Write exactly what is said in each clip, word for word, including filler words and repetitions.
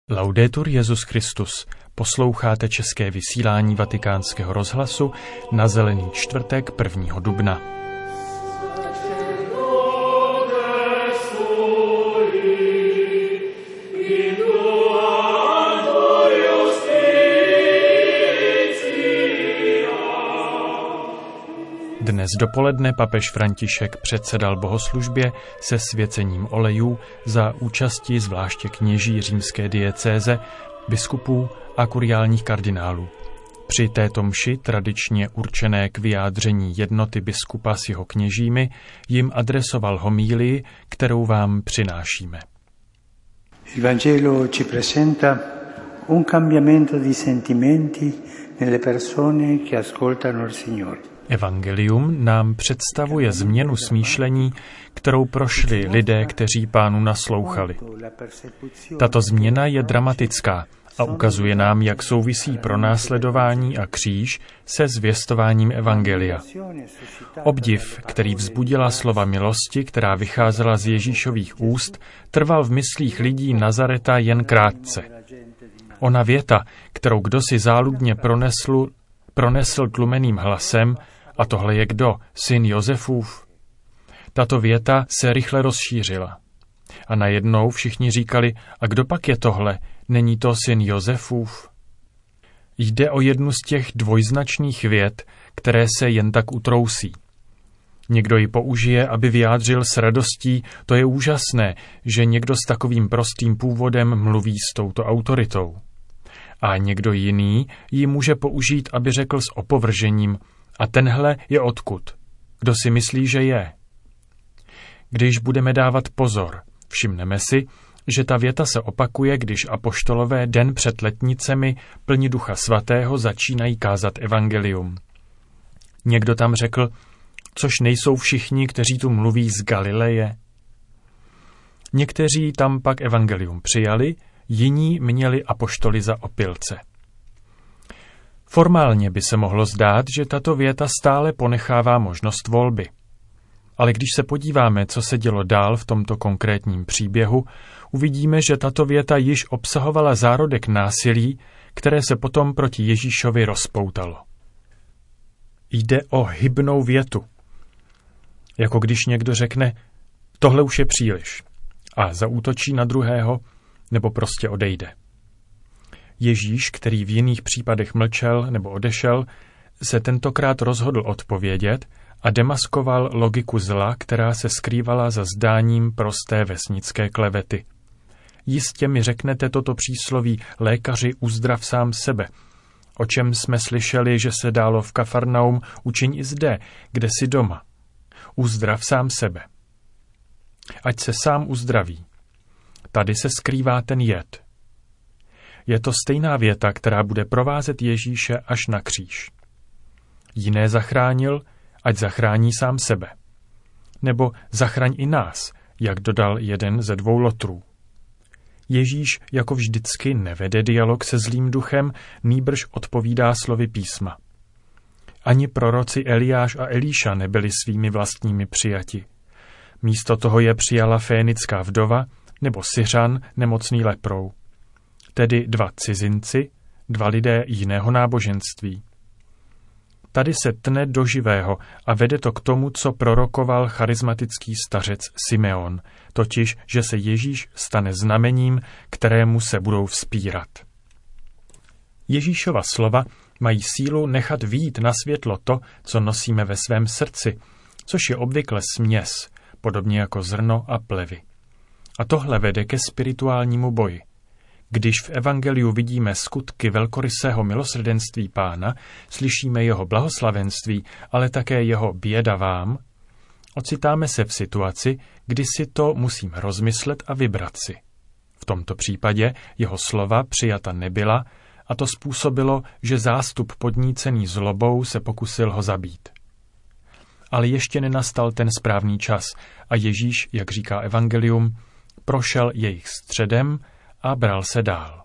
Laudetur Jesus Christus. Posloucháte české vysílání Vatikánského rozhlasu na Zelený čtvrtek prvního dubna. Dnes dopoledne papež František předsedal bohoslužbě se svěcením olejů za účasti zvláště kněží římské diecéze, biskupů a kuriálních kardinálů. Při této mši, tradičně určené k vyjádření jednoty biskupa s jeho kněžími, jim adresoval homílii, kterou vám přinášíme. Il Vangelo ci presenta un cambiamento di sentimenti nelle persone che ascoltano il Signore. Evangelium nám představuje změnu smýšlení, kterou prošli lidé, kteří Pánu naslouchali. Tato změna je dramatická a ukazuje nám, jak souvisí pronásledování a kříž se zvěstováním evangelia. Obdiv, který vzbudila slova milosti, která vycházela z Ježíšových úst, trval v myslích lidí Nazareta jen krátce. Ona věta, kterou kdosi záludně pronesl, pronesl tlumeným hlasem, a tohle je kdo? Syn Josefův? Tato věta se rychle rozšířila. A najednou všichni říkali, a kdo pak je tohle? Není to syn Josefův? Jde o jednu z těch dvojznačných vět, které se jen tak utrousí. Někdo ji použije, aby vyjádřil s radostí, to je úžasné, že někdo s takovým prostým původem mluví s touto autoritou. A někdo jiný ji může použít, aby řekl s opovržením, a tenhle je odkud? Kdo si myslí, že je? Když budeme dávat pozor, všimneme si, že ta věta se opakuje, když apoštolové den před letnicemi plní Ducha Svatého začínají kázat evangelium. Někdo tam řekl, což nejsou všichni, kteří tu mluví z Galileje. Někteří tam pak evangelium přijali, jiní měli apoštoly za opilce. Formálně by se mohlo zdát, že tato věta stále ponechává možnost volby. Ale když se podíváme, co se dělo dál v tomto konkrétním příběhu, uvidíme, že tato věta již obsahovala zárodek násilí, které se potom proti Ježíšovi rozpoutalo. Jde o hybnou větu. Jako když někdo řekne, tohle už je příliš, a zaútočí na druhého, nebo prostě odejde. Ježíš, který v jiných případech mlčel nebo odešel, se tentokrát rozhodl odpovědět a demaskoval logiku zla, která se skrývala za zdáním prosté vesnické klevety. Jistě mi řeknete toto přísloví lékaři uzdrav sám sebe, o čem jsme slyšeli, že se dálo v Kafarnaum, učiň i zde, kde jsi doma. Uzdrav sám sebe. Ať se sám uzdraví. Tady se skrývá ten jed. Je to stejná věta, která bude provázet Ježíše až na kříž. Jiné zachránil, ať zachrání sám sebe. Nebo zachraň i nás, jak dodal jeden ze dvou lotrů. Ježíš jako vždycky nevede dialog se zlým duchem, nýbrž odpovídá slovy písma. Ani proroci Eliáš a Elíša nebyli svými vlastními přijati. Místo toho je přijala fénická vdova nebo Syřan nemocný leprou. Tedy dva cizinci, dva lidé jiného náboženství. Tady se tne do živého a vede to k tomu, co prorokoval charismatický stařec Simeon, totiž, že se Ježíš stane znamením, kterému se budou vzpírat. Ježíšova slova mají sílu nechat vyjít na světlo to, co nosíme ve svém srdci, což je obvykle směs, podobně jako zrno a plevy. A tohle vede ke spirituálnímu boji. Když v evangeliu vidíme skutky velkorysého milosrdenství Pána, slyšíme jeho blahoslavenství, ale také jeho běda vám, ocitáme se v situaci, kdy si to musíme rozmyslet a vybrat si. V tomto případě jeho slova přijata nebyla a to způsobilo, že zástup podnícený zlobou se pokusil ho zabít. Ale ještě nenastal ten správný čas a Ježíš, jak říká evangelium, prošel jejich středem a bral se dál.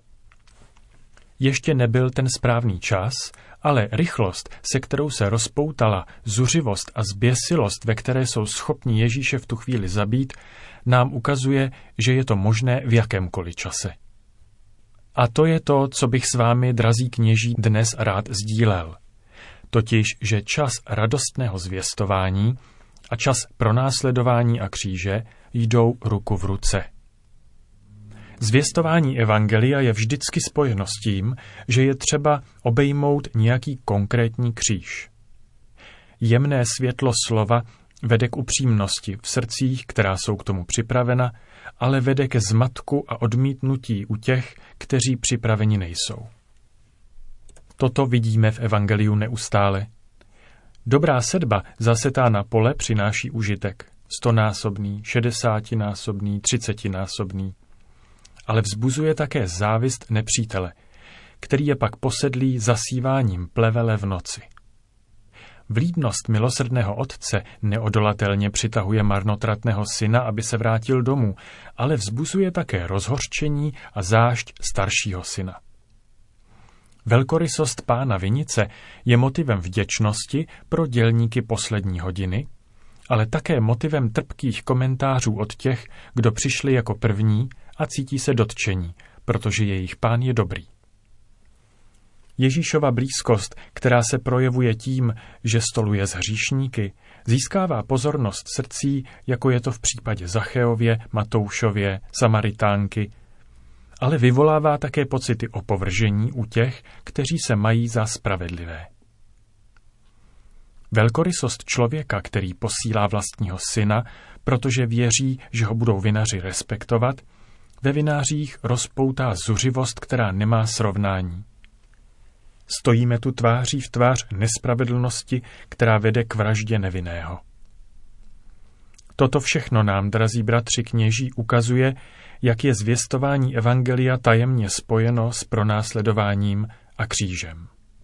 Ještě nebyl ten správný čas, ale rychlost, se kterou se rozpoutala zuřivost a zběsilost, ve které jsou schopni Ježíše v tu chvíli zabít, nám ukazuje, že je to možné v jakémkoliv čase. A to je to, co bych s vámi, drazí kněží, dnes rád sdílel. Totiž, že čas radostného zvěstování a čas pronásledování a kříže jdou ruku v ruce. Zvěstování evangelia je vždycky spojeno s tím, že je třeba obejmout nějaký konkrétní kříž. Jemné světlo slova vede k upřímnosti v srdcích, která jsou k tomu připravena, ale vede ke zmatku a odmítnutí u těch, kteří připraveni nejsou. Toto vidíme v evangeliu neustále. Dobrá sedba zasetá na pole přináší užitek. Stonásobný, šedesátinásobný, třicetinásobný. Ale vzbuzuje také závist nepřítele, který je pak posedlý zasíváním plevele v noci. Vlídnost milosrdného otce neodolatelně přitahuje marnotratného syna, aby se vrátil domů, ale vzbuzuje také rozhořčení a zášť staršího syna. Velkorysost pána vinice je motivem vděčnosti pro dělníky poslední hodiny, ale také motivem trpkých komentářů od těch, kdo přišli jako první a cítí se dotčení, protože jejich pán je dobrý. Ježíšova blízkost, která se projevuje tím, že stoluje s hříšníky, získává pozornost srdcí, jako je to v případě Zacheově, Matoušově, Samaritánky, ale vyvolává také pocity opovržení u těch, kteří se mají za spravedlivé. Velkorysost člověka, který posílá vlastního syna, protože věří, že ho budou vinaři respektovat, ve vinářích rozpoutá zuřivost, která nemá srovnání. Stojíme tu tváří v tvář nespravedlnosti, která vede k vraždě nevinného. Toto všechno nám, drazí bratři kněží, ukazuje, jak je zvěstování evangelia tajemně spojeno s pronásledováním a křížem.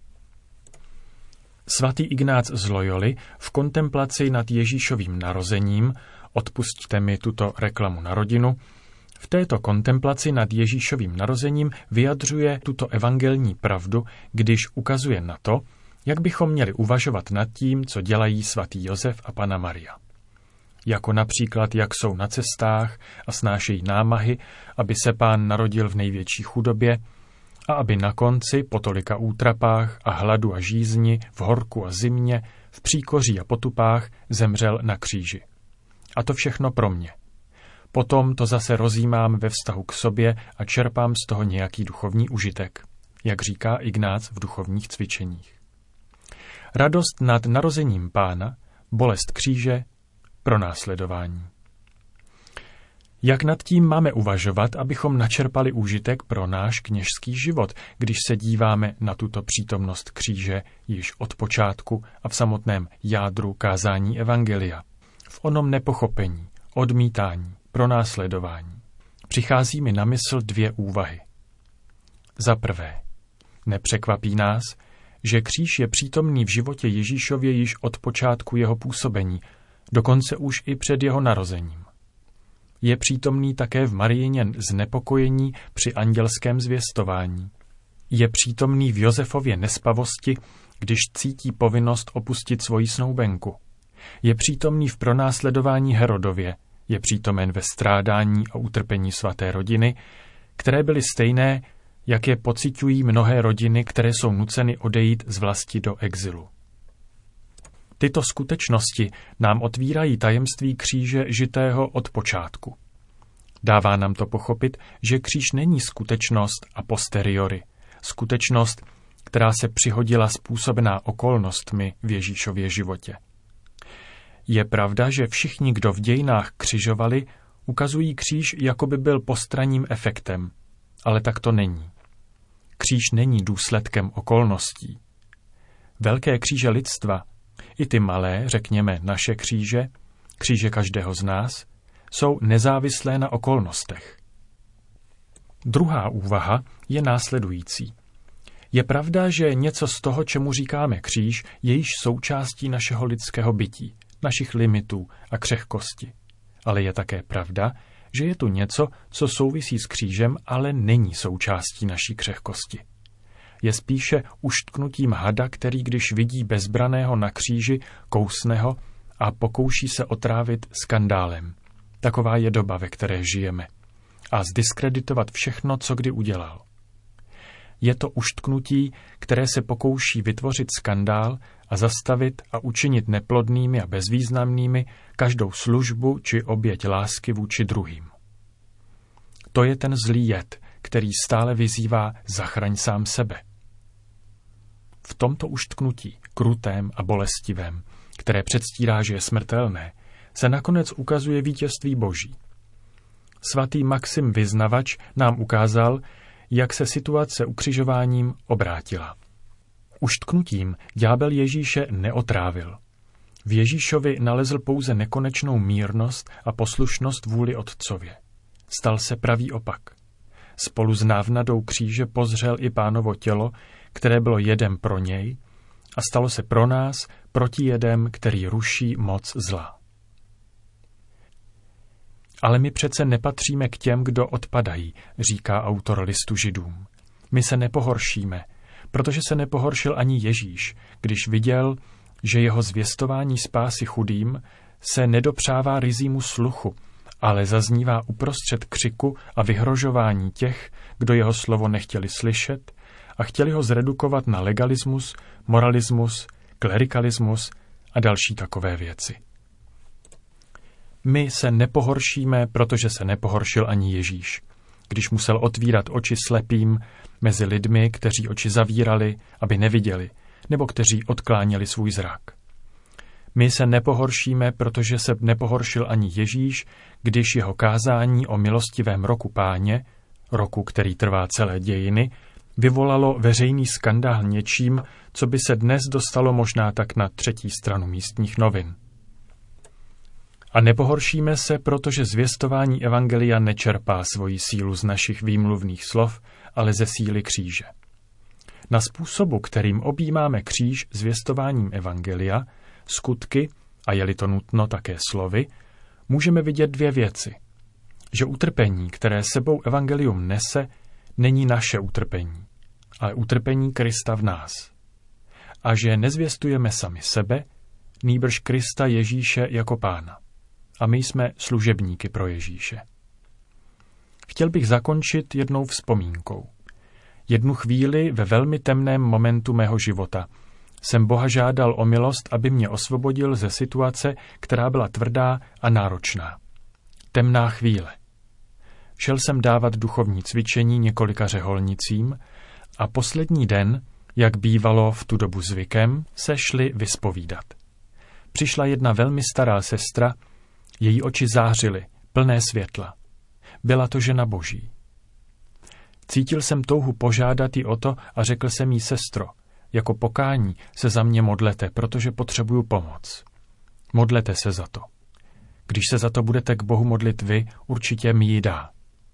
Svatý Ignác z Loyoli v kontemplaci nad Ježíšovým narozením, odpusťte mi tuto reklamu na rodinu, v této kontemplaci nad Ježíšovým narozením vyjadřuje tuto evangelní pravdu, když ukazuje na to, jak bychom měli uvažovat nad tím, co dělají svatý Josef a Panna Maria. Jako například, jak jsou na cestách a snášejí námahy, aby se pán narodil v největší chudobě a aby na konci, po tolika útrapách a hladu a žízni, v horku a zimě, v příkoří a potupách, zemřel na kříži. A to všechno pro mě. Potom to zase rozjímám ve vztahu k sobě a čerpám z toho nějaký duchovní užitek, jak říká Ignác v duchovních cvičeních. Radost nad narozením pána, bolest kříže, pronásledování. Jak nad tím máme uvažovat, abychom načerpali úžitek pro náš kněžský život, když se díváme na tuto přítomnost kříže již od počátku a v samotném jádru kázání evangelia? V onom nepochopení, odmítání, pronásledování. Přichází mi na mysl dvě úvahy. Za prvé, nepřekvapí nás, že kříž je přítomný v životě Ježíšově již od počátku jeho působení, dokonce už i před jeho narozením. Je přítomný také v Marijině znepokojení při andělském zvěstování. Je přítomný v Josefově nespavosti, když cítí povinnost opustit svoji snoubenku. Je přítomný v pronásledování Herodově, je přítomen ve strádání a utrpení svaté rodiny, které byly stejné, jak je pociťují mnohé rodiny, které jsou nuceny odejít z vlasti do exilu. Tyto skutečnosti nám otvírají tajemství kříže žitého od počátku. Dává nám to pochopit, že kříž není skutečnost a posteriori, skutečnost, která se přihodila způsobená okolnostmi v Ježíšově životě. Je pravda, že všichni, kdo v dějinách křižovali, ukazují kříž, jako by byl postranním efektem, ale tak to není. Kříž není důsledkem okolností. Velké kříže lidstva, i ty malé, řekněme naše kříže, kříže každého z nás, jsou nezávislé na okolnostech. Druhá úvaha je následující. Je pravda, že něco z toho, čemu říkáme kříž, je již součástí našeho lidského bytí, našich limitů a křehkosti. Ale je také pravda, že je tu něco, co souvisí s křížem, ale není součástí naší křehkosti. Je spíše uštknutím hada, který, když vidí bezbraného na kříži, kousne ho a pokouší se otrávit skandálem. Taková je doba, ve které žijeme. A zdiskreditovat všechno, co kdy udělal. Je to uštknutí, které se pokouší vytvořit skandál a zastavit a učinit neplodnými a bezvýznamnými každou službu či oběť lásky vůči druhým. To je ten zlý jed, který stále vyzývá zachraň sám sebe. V tomto uštknutí, krutém a bolestivém, které předstírá, že je smrtelné, se nakonec ukazuje vítězství Boží. Svatý Maxim Vyznavač nám ukázal, jak se situace ukřižováním obrátila. Uštknutím ďábel Ježíše neotrávil. V Ježíšovi nalezl pouze nekonečnou mírnost a poslušnost vůli Otcově. Stal se pravý opak. Spolu s návnadou kříže pozřel i Pánovo tělo, které bylo jedem pro něj, a stalo se pro nás protijedem, který ruší moc zla. Ale my přece nepatříme k těm, kdo odpadají, říká autor listu Židům. My se nepohoršíme, protože se nepohoršil ani Ježíš, když viděl, že jeho zvěstování spásy chudým se nedopřává ryzímu sluchu, ale zaznívá uprostřed křiku a vyhrožování těch, kdo jeho slovo nechtěli slyšet a chtěli ho zredukovat na legalismus, moralismus, klerikalismus a další takové věci. My se nepohoršíme, protože se nepohoršil ani Ježíš, když musel otvírat oči slepým mezi lidmi, kteří oči zavírali, aby neviděli, nebo kteří odkláněli svůj zrak. My se nepohoršíme, protože se nepohoršil ani Ježíš, když jeho kázání o milostivém roku Páně, roku, který trvá celé dějiny, vyvolalo veřejný skandál něčím, co by se dnes dostalo možná tak na třetí stranu místních novin. A nepohoršíme se, protože zvěstování evangelia nečerpá svoji sílu z našich výmluvných slov, ale ze síly kříže. Na způsobu, kterým objímáme kříž zvěstováním evangelia, skutky, a je-li to nutno také slovy, můžeme vidět dvě věci. Že utrpení, které sebou evangelium nese, není naše utrpení, ale utrpení Krista v nás. A že nezvěstujeme sami sebe, nýbrž Krista Ježíše jako Pána. A my jsme služebníky pro Ježíše. Chtěl bych zakončit jednou vzpomínkou. Jednu chvíli ve velmi temném momentu mého života jsem Boha žádal o milost, aby mě osvobodil ze situace, která byla tvrdá a náročná. Temná chvíle. Šel jsem dávat duchovní cvičení několika řeholnicím a poslední den, jak bývalo v tu dobu zvykem, se šli vyspovídat. Přišla jedna velmi stará sestra, její oči zářily, plné světla. Byla to žena Boží. Cítil jsem touhu požádat ji o to a řekl jsem jí: sestro, jako pokání se za mě modlete, protože potřebuju pomoc. Modlete se za to. Když se za to budete k Bohu modlit vy, určitě mi ji dá.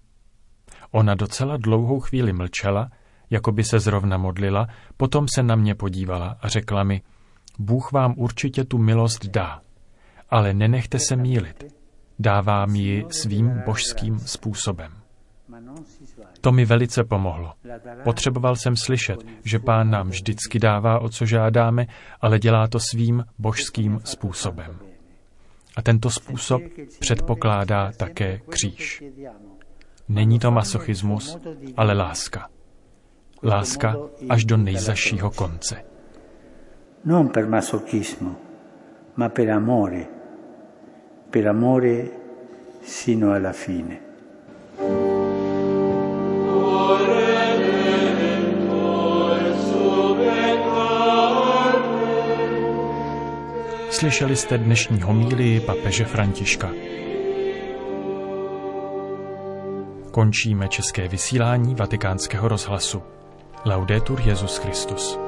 Ona docela dlouhou chvíli mlčela, jako by se zrovna modlila, potom se na mě podívala a řekla mi: Bůh vám určitě tu milost dá, ale nenechte se mýlit. Dávám ji svým božským způsobem. To mi velice pomohlo. Potřeboval jsem slyšet, že Pán nám vždycky dává, o co žádáme, ale dělá to svým božským způsobem. A tento způsob předpokládá také kříž. Není to masochismus, ale láska. Láska až do nejzazšího konce. Non per masochismo, ma per amore. Per amore sino alla fine. Slyšeli jste dnešní homílii papeže Františka. Končíme české vysílání Vatikánského rozhlasu. Laudetur Jesus Christus.